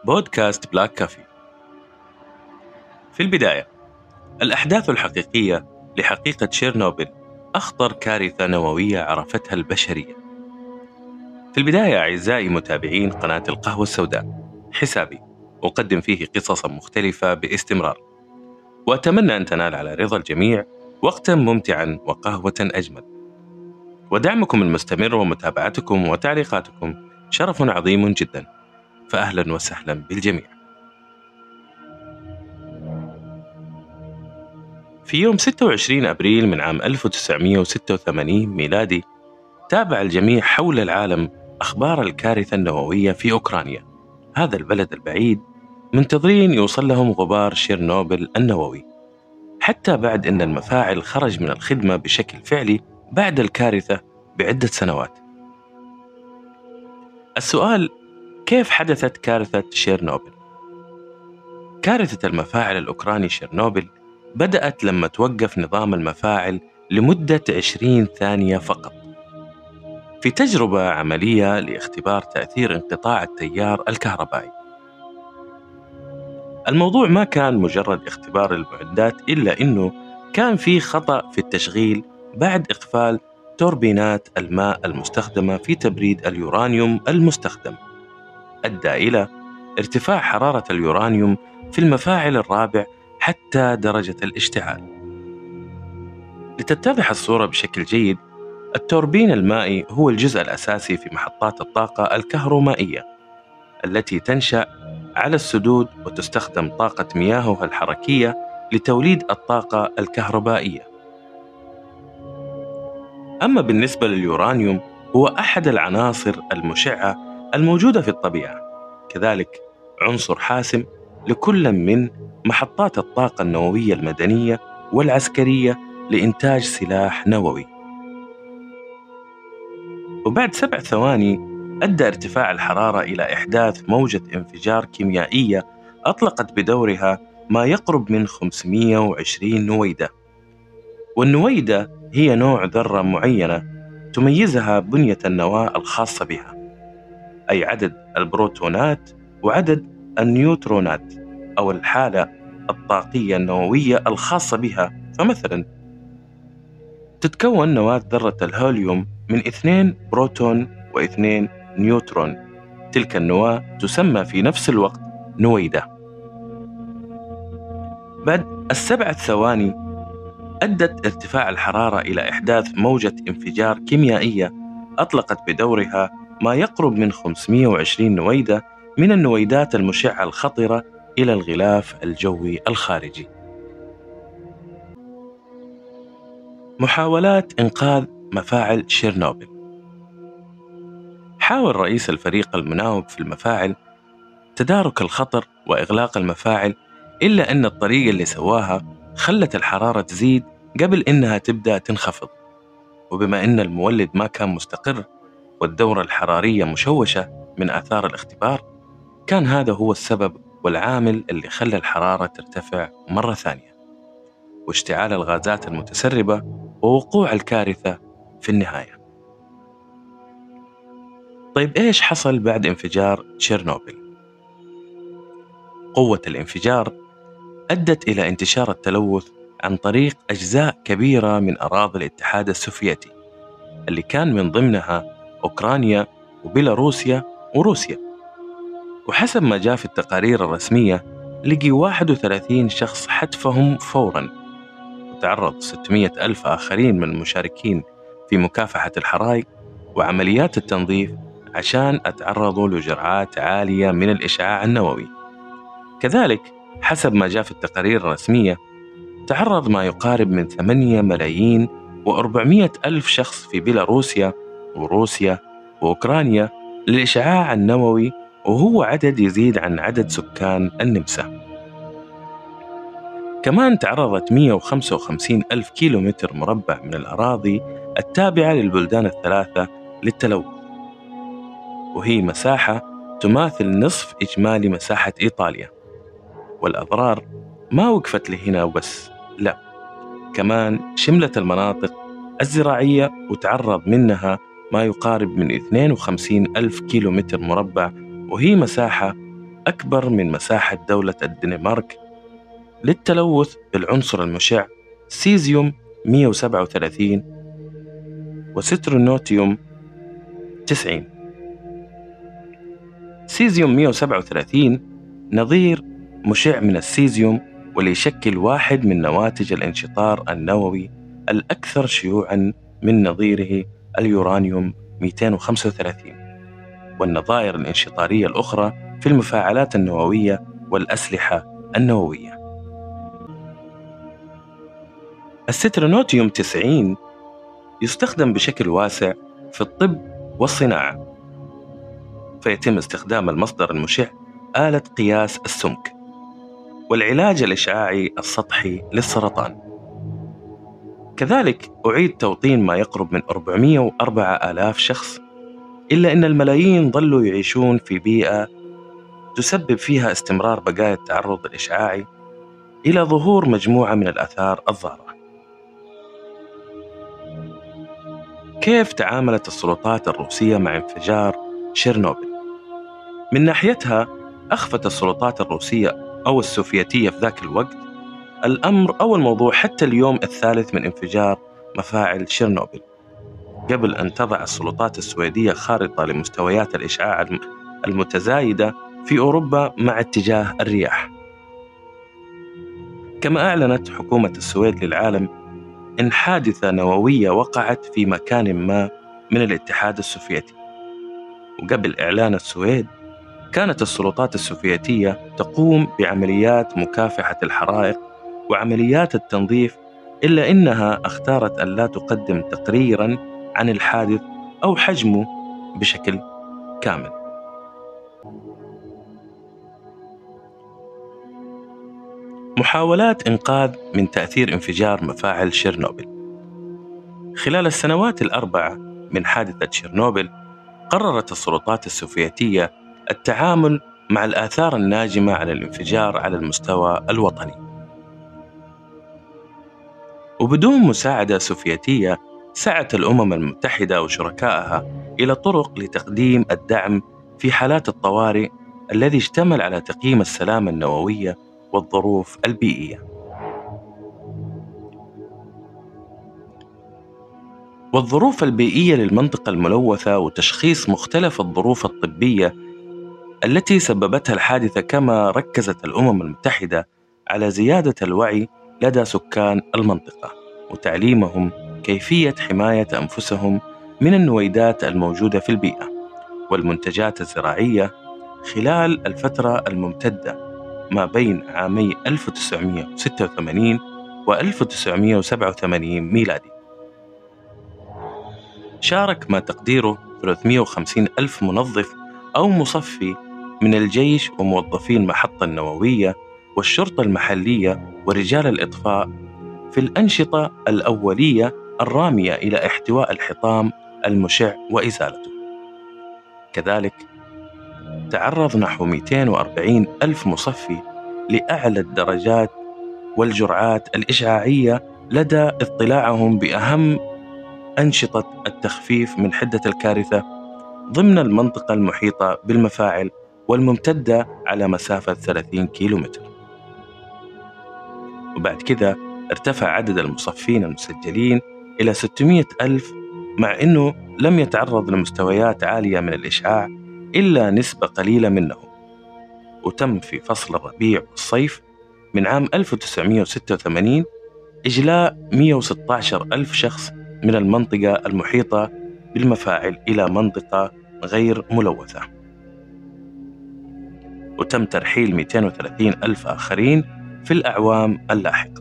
بودكاست بلاك كافي. في البداية، الأحداث الحقيقية لحقيقة تشيرنوبل أخطر كارثة نووية عرفتها البشرية. في البداية أعزائي متابعين قناة القهوة السوداء، حسابي أقدم فيه قصصا مختلفة باستمرار، وأتمنى أن تنال على رضا الجميع وقتا ممتعا وقهوة أجمل. ودعمكم المستمر ومتابعتكم وتعليقاتكم شرف عظيم جدا، فأهلا وسهلا بالجميع. في يوم 26 أبريل من عام 1986 ميلادي، تابع الجميع حول العالم أخبار الكارثة النووية في أوكرانيا، هذا البلد البعيد، منتظرين يوصل لهم غبار تشيرنوبل النووي، حتى بعد أن المفاعل خرج من الخدمة بشكل فعلي بعد الكارثة بعدة سنوات. السؤال: كيف حدثت كارثة تشيرنوبل؟ كارثة المفاعل الأوكراني شيرنوبل بدأت لما توقف نظام المفاعل لمدة 20 ثانية فقط، في تجربة عملية لاختبار تأثير انقطاع التيار الكهربائي. الموضوع ما كان مجرد اختبار المعدات، إلا أنه كان في خطأ في التشغيل بعد إقفال توربينات الماء المستخدمة في تبريد اليورانيوم المستخدم، أدى إلى ارتفاع حرارة اليورانيوم في المفاعل الرابع حتى درجة الاشتعال. لتتضح الصورة بشكل جيد، التوربين المائي هو الجزء الأساسي في محطات الطاقة الكهرومائية التي تنشأ على السدود وتستخدم طاقة مياهها الحركية لتوليد الطاقة الكهربائية. أما بالنسبة لليورانيوم، هو أحد العناصر المشعة الموجودة في الطبيعة، كذلك عنصر حاسم لكل من محطات الطاقة النووية المدنية والعسكرية لإنتاج سلاح نووي. وبعد 7 ثواني أدى ارتفاع الحرارة إلى إحداث موجة انفجار كيميائية أطلقت بدورها ما يقرب من 520 نويدة. والنويدة هي نوع ذرة معينة تميزها بنية النواة الخاصة بها، أي عدد البروتونات وعدد النيوترونات أو الحالة الطاقية النووية الخاصة بها. فمثلا تتكون نواة ذرة الهيليوم من 2 بروتون و2 نيوترون، تلك النواة تسمى في نفس الوقت نويدة. بعد 7 ثواني أدت ارتفاع الحرارة إلى إحداث موجة انفجار كيميائية أطلقت بدورها ما يقرب من 520 نويدة من النويدات المشعة الخطرة إلى الغلاف الجوي الخارجي. محاولات إنقاذ مفاعل تشيرنوبل. حاول رئيس الفريق المناوب في المفاعل تدارك الخطر وإغلاق المفاعل، إلا أن الطريقة اللي سواها خلت الحرارة تزيد قبل إنها تبدأ تنخفض، وبما أن المولد ما كان مستقر والدورة الحرارية مشوشة من آثار الاختبار، كان هذا هو السبب والعامل اللي خلى الحرارة ترتفع مرة ثانية، واشتعال الغازات المتسربة ووقوع الكارثة في النهاية. طيب إيش حصل بعد انفجار تشيرنوبل؟ قوة الانفجار أدت إلى انتشار التلوث عن طريق أجزاء كبيرة من أراضي الاتحاد السوفيتي، اللي كان من ضمنها أوكرانيا وبيلاروسيا وروسيا. وحسب ما جاء في التقارير الرسمية، لقي 31 شخص حتفهم فوراً، وتعرض 600 ألف آخرين من المشاركين في مكافحة الحرائق وعمليات التنظيف عشان أتعرضوا لجرعات عالية من الإشعاع النووي. كذلك حسب ما جاء في التقارير الرسمية، تعرض ما يقارب من 8 ملايين و400 ألف شخص في بيلاروسيا وروسيا وأوكرانيا للإشعاع النووي، وهو عدد يزيد عن عدد سكان النمسا. كمان تعرضت 155 ألف كيلومتر مربع من الأراضي التابعة للبلدان الثلاثة للتلوث، وهي مساحة تماثل نصف إجمالي مساحة إيطاليا. والأضرار ما وقفت لهنا وبس، لا، كمان شملت المناطق الزراعية وتعرض منها ما يقارب من 52 ألف كيلومتر مربع، وهي مساحة أكبر من مساحة دولة الدنمارك للتلوث بالعنصر المشع سيزيوم 137 وسترونوتيوم 90. سيزيوم 137 نظير مشع من السيزيوم، واللي يشكل واحد من نواتج الانشطار النووي الأكثر شيوعاً من نظيره اليورانيوم 235 والنظائر الانشطارية الأخرى في المفاعلات النووية والأسلحة النووية. السترونوتيوم 90 يستخدم بشكل واسع في الطب والصناعة، فيتم استخدام المصدر المشع آلة قياس السمك والعلاج الإشعاعي السطحي للسرطان. كذلك أعيد توطين ما يقرب من 404,000 شخص، إلا أن الملايين ظلوا يعيشون في بيئة تسبب فيها استمرار بقايا التعرض الإشعاعي إلى ظهور مجموعة من الآثار الضارة. كيف تعاملت السلطات الروسية مع انفجار شيرنوبل؟ من ناحيتها أخفت السلطات الروسية أو السوفيتية في ذاك الوقت الأمر أو الموضوع حتى اليوم الثالث من انفجار مفاعل شيرنوبل، قبل أن تضع السلطات السويدية خارطة لمستويات الإشعاع المتزايدة في أوروبا مع اتجاه الرياح. كما أعلنت حكومة السويد للعالم إن حادثة نووية وقعت في مكان ما من الاتحاد السوفيتي. وقبل إعلان السويد كانت السلطات السوفيتية تقوم بعمليات مكافحة الحرائق وعمليات التنظيف، إلا إنها اختارت أن لا تقدم تقريراً عن الحادث أو حجمه بشكل كامل. محاولات إنقاذ من تأثير انفجار مفاعل شيرنوبل. خلال السنوات الأربعة من حادثة شيرنوبل قررت السلطات السوفيتية التعامل مع الآثار الناجمة عن الانفجار على المستوى الوطني، وبدون مساعدة سوفيتية سعت الأمم المتحدة وشركائها إلى طرق لتقديم الدعم في حالات الطوارئ الذي اشتمل على تقييم السلامة النووية والظروف البيئية. والظروف البيئية للمنطقة الملوثة وتشخيص مختلف الظروف الطبية التي سببتها الحادثة، كما ركزت الأمم المتحدة على زيادة الوعي لدى سكان المنطقة وتعليمهم كيفية حماية أنفسهم من النويدات الموجودة في البيئة والمنتجات الزراعية خلال الفترة الممتدة ما بين عامي 1986 و 1987 ميلادي. شارك ما تقديره 350 ألف منظف أو مصفي من الجيش وموظفي المحطة النووية والشرطة المحلية ورجال الإطفاء في الأنشطة الأولية الرامية إلى احتواء الحطام المشع وإزالته. كذلك تعرض نحو 240 ألف مصفي لأعلى الدرجات والجرعات الإشعاعية لدى اطلاعهم بأهم أنشطة التخفيف من حدة الكارثة ضمن المنطقة المحيطة بالمفاعل والممتدة على مسافة 30 كيلومتر. وبعد كده ارتفع عدد المصفين المسجلين إلى 600 ألف، مع أنه لم يتعرض لمستويات عالية من الإشعاع إلا نسبة قليلة منهم. وتم في فصل الربيع والصيف من عام 1986 إجلاء 116 ألف شخص من المنطقة المحيطة بالمفاعل إلى منطقة غير ملوثة، وتم ترحيل 230 ألف آخرين في الأعوام اللاحقة.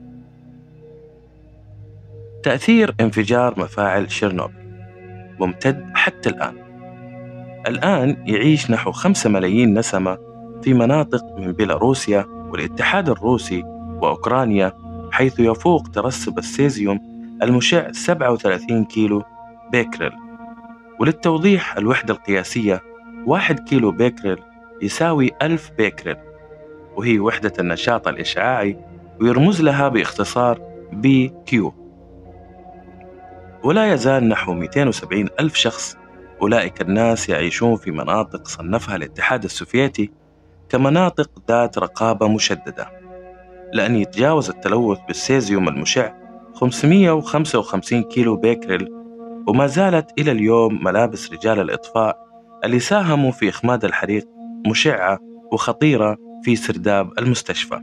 تأثير انفجار مفاعل شيرنوبل ممتد حتى الآن يعيش نحو 5 ملايين نسمة في مناطق من بيلاروسيا والاتحاد الروسي وأوكرانيا، حيث يفوق ترسب السيزيوم المشع 37 كيلو بيكرل. وللتوضيح الوحدة القياسية 1 كيلو بيكرل يساوي 1000 بيكرل، وهي وحدة النشاط الإشعاعي ويرمز لها باختصار BQ. ولا يزال نحو 270 ألف شخص أولئك الناس يعيشون في مناطق صنفها الاتحاد السوفيتي كمناطق ذات رقابة مشددة، لأن يتجاوز التلوث بالسيزيوم المشع 555 كيلو بيكرل. وما زالت إلى اليوم ملابس رجال الإطفاء اللي ساهموا في إخماد الحريق مشعة وخطيرة في سرداب المستشفى.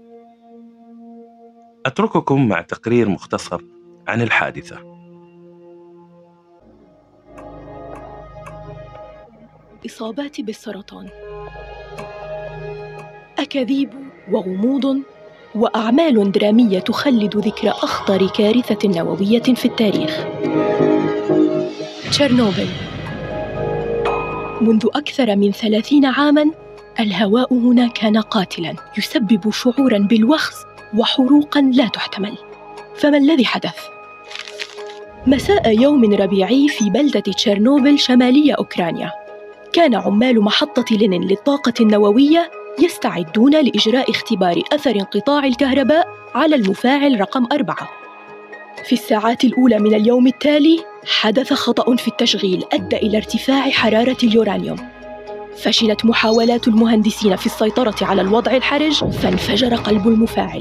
أترككم مع تقرير مختصر عن الحادثة. إصابات بالسرطان، أكاذيب وغموض وأعمال درامية تخلد ذكرى أخطر كارثة نووية في التاريخ. تشيرنوبل. منذ أكثر من 30 عاماً الهواء هنا كان قاتلاً، يسبب شعوراً بالوخز وحروقاً لا تحتمل. فما الذي حدث؟ مساء يوم ربيعي في بلدة تشيرنوبل شمالية أوكرانيا، كان عمال محطة لينين للطاقة النووية يستعدون لإجراء اختبار أثر انقطاع الكهرباء على المفاعل رقم 4. في الساعات الأولى من اليوم التالي حدث خطأ في التشغيل أدى إلى ارتفاع حرارة اليورانيوم. فشلت محاولات المهندسين في السيطرة على الوضع الحرج فانفجر قلب المفاعل.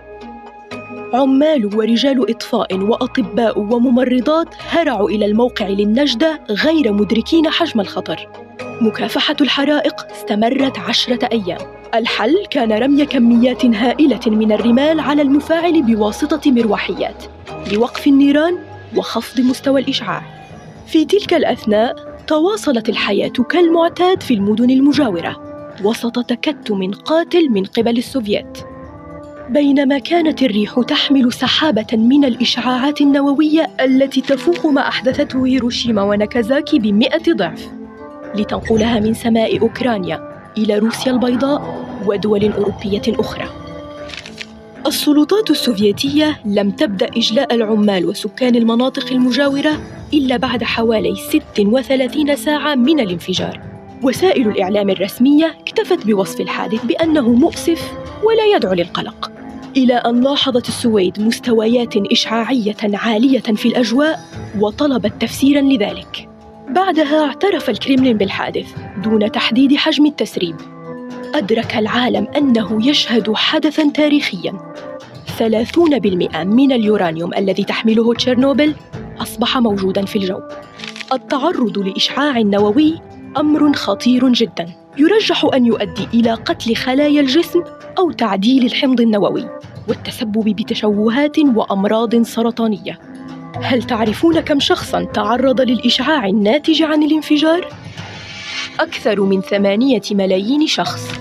عمال ورجال إطفاء وأطباء وممرضات هرعوا إلى الموقع للنجدة غير مدركين حجم الخطر. مكافحة الحرائق استمرت 10 أيام. الحل كان رمي كميات هائلة من الرمال على المفاعل بواسطة مروحيات لوقف النيران وخفض مستوى الإشعاع. في تلك الأثناء تواصلت الحياة كالمعتاد في المدن المجاورة وسط تكتم قاتل من قبل السوفييت. بينما كانت الريح تحمل سحابة من الإشعاعات النووية التي تفوق ما أحدثته هيروشيما وناكازاكي ب100 ضعف، لتنقلها من سماء أوكرانيا إلى روسيا البيضاء ودول أوروبية أخرى. السلطات السوفيتية لم تبدأ إجلاء العمال وسكان المناطق المجاورة إلا بعد حوالي 36 ساعة من الانفجار. وسائل الإعلام الرسمية اكتفت بوصف الحادث بأنه مؤسف ولا يدعو للقلق، إلى أن لاحظت السويد مستويات إشعاعية عالية في الأجواء وطلبت تفسيراً لذلك. بعدها اعترف الكريملين بالحادث دون تحديد حجم التسريب. أدرك العالم أنه يشهد حدثاً تاريخياً. 30% من اليورانيوم الذي تحمله تشيرنوبل أصبح موجوداً في الجو. التعرض لإشعاع نووي أمر خطير جداً، يرجح أن يؤدي إلى قتل خلايا الجسم أو تعديل الحمض النووي والتسبب بتشوهات وأمراض سرطانية. هل تعرفون كم شخصاً تعرض للإشعاع الناتج عن الانفجار؟ أكثر من 8 ملايين شخص.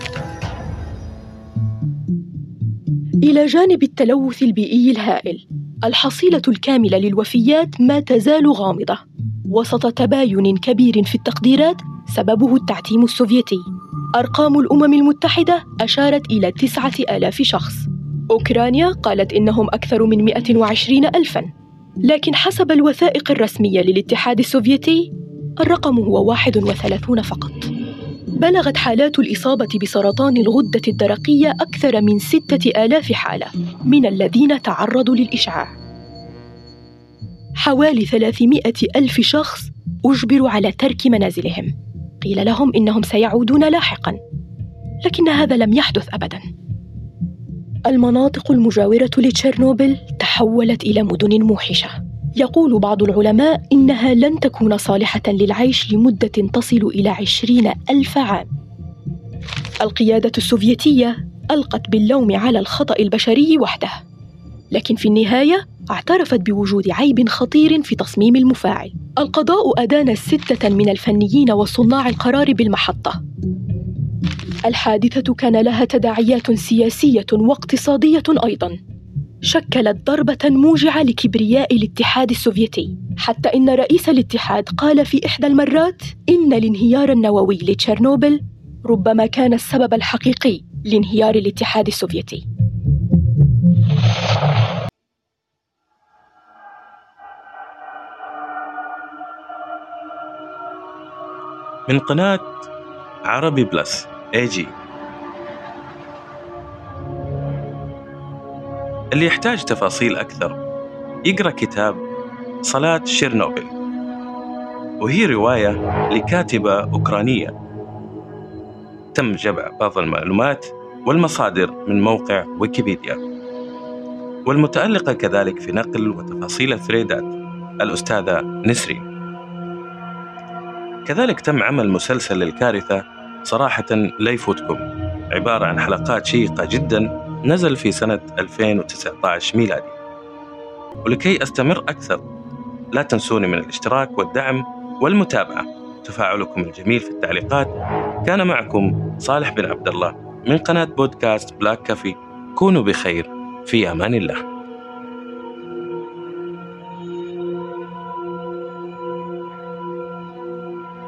إلى جانب التلوث البيئي الهائل، الحصيلة الكاملة للوفيات ما تزال غامضة وسط تباين كبير في التقديرات سببه التعتيم السوفيتي. أرقام الأمم المتحدة أشارت إلى 9000 شخص. أوكرانيا قالت إنهم أكثر من 120,000، لكن حسب الوثائق الرسمية للاتحاد السوفيتي الرقم هو 31 فقط. بلغت حالات الإصابة بسرطان الغدة الدرقية أكثر من 6000 حالة من الذين تعرضوا للإشعاع. حوالي 300,000 شخص أجبروا على ترك منازلهم، قيل لهم إنهم سيعودون لاحقاً، لكن هذا لم يحدث أبداً. المناطق المجاورة لتشيرنوبل تحولت إلى مدن موحشة. يقول بعض العلماء إنها لن تكون صالحة للعيش لمدة تصل إلى 20,000 عام. القيادة السوفيتية ألقت باللوم على الخطأ البشري وحده، لكن في النهاية اعترفت بوجود عيب خطير في تصميم المفاعل. القضاء أدان 6 من الفنيين وصناع القرار بالمحطة. الحادثة كان لها تداعيات سياسية واقتصادية أيضاً، شكلت ضربة موجعة لكبرياء الاتحاد السوفيتي، حتى إن رئيس الاتحاد قال في إحدى المرات إن الانهيار النووي لتشيرنوبل ربما كان السبب الحقيقي لانهيار الاتحاد السوفيتي. من قناة عربي بلس AG. اللي يحتاج تفاصيل أكثر يقرأ كتاب صلاة تشيرنوبل، وهي رواية لكاتبة أوكرانية وتم جمع بعض المعلومات والمصادر من موقع ويكيبيديا. والمتألقة كذلك في نقل وتفاصيل الثريدات الأستاذة نسرين. كذلك تم عمل مسلسل للكارثة صراحة لا يفوتكم، عبارة عن حلقات شيقة جدا، نزل في سنة 2019 ميلادي. ولكي أستمر أكثر لا تنسوني من الاشتراك والدعم والمتابعة، تفاعلكم الجميل في التعليقات. كان معكم صالح بن عبد الله من قناة بودكاست بلاك كافي. كونوا بخير، في أمان الله.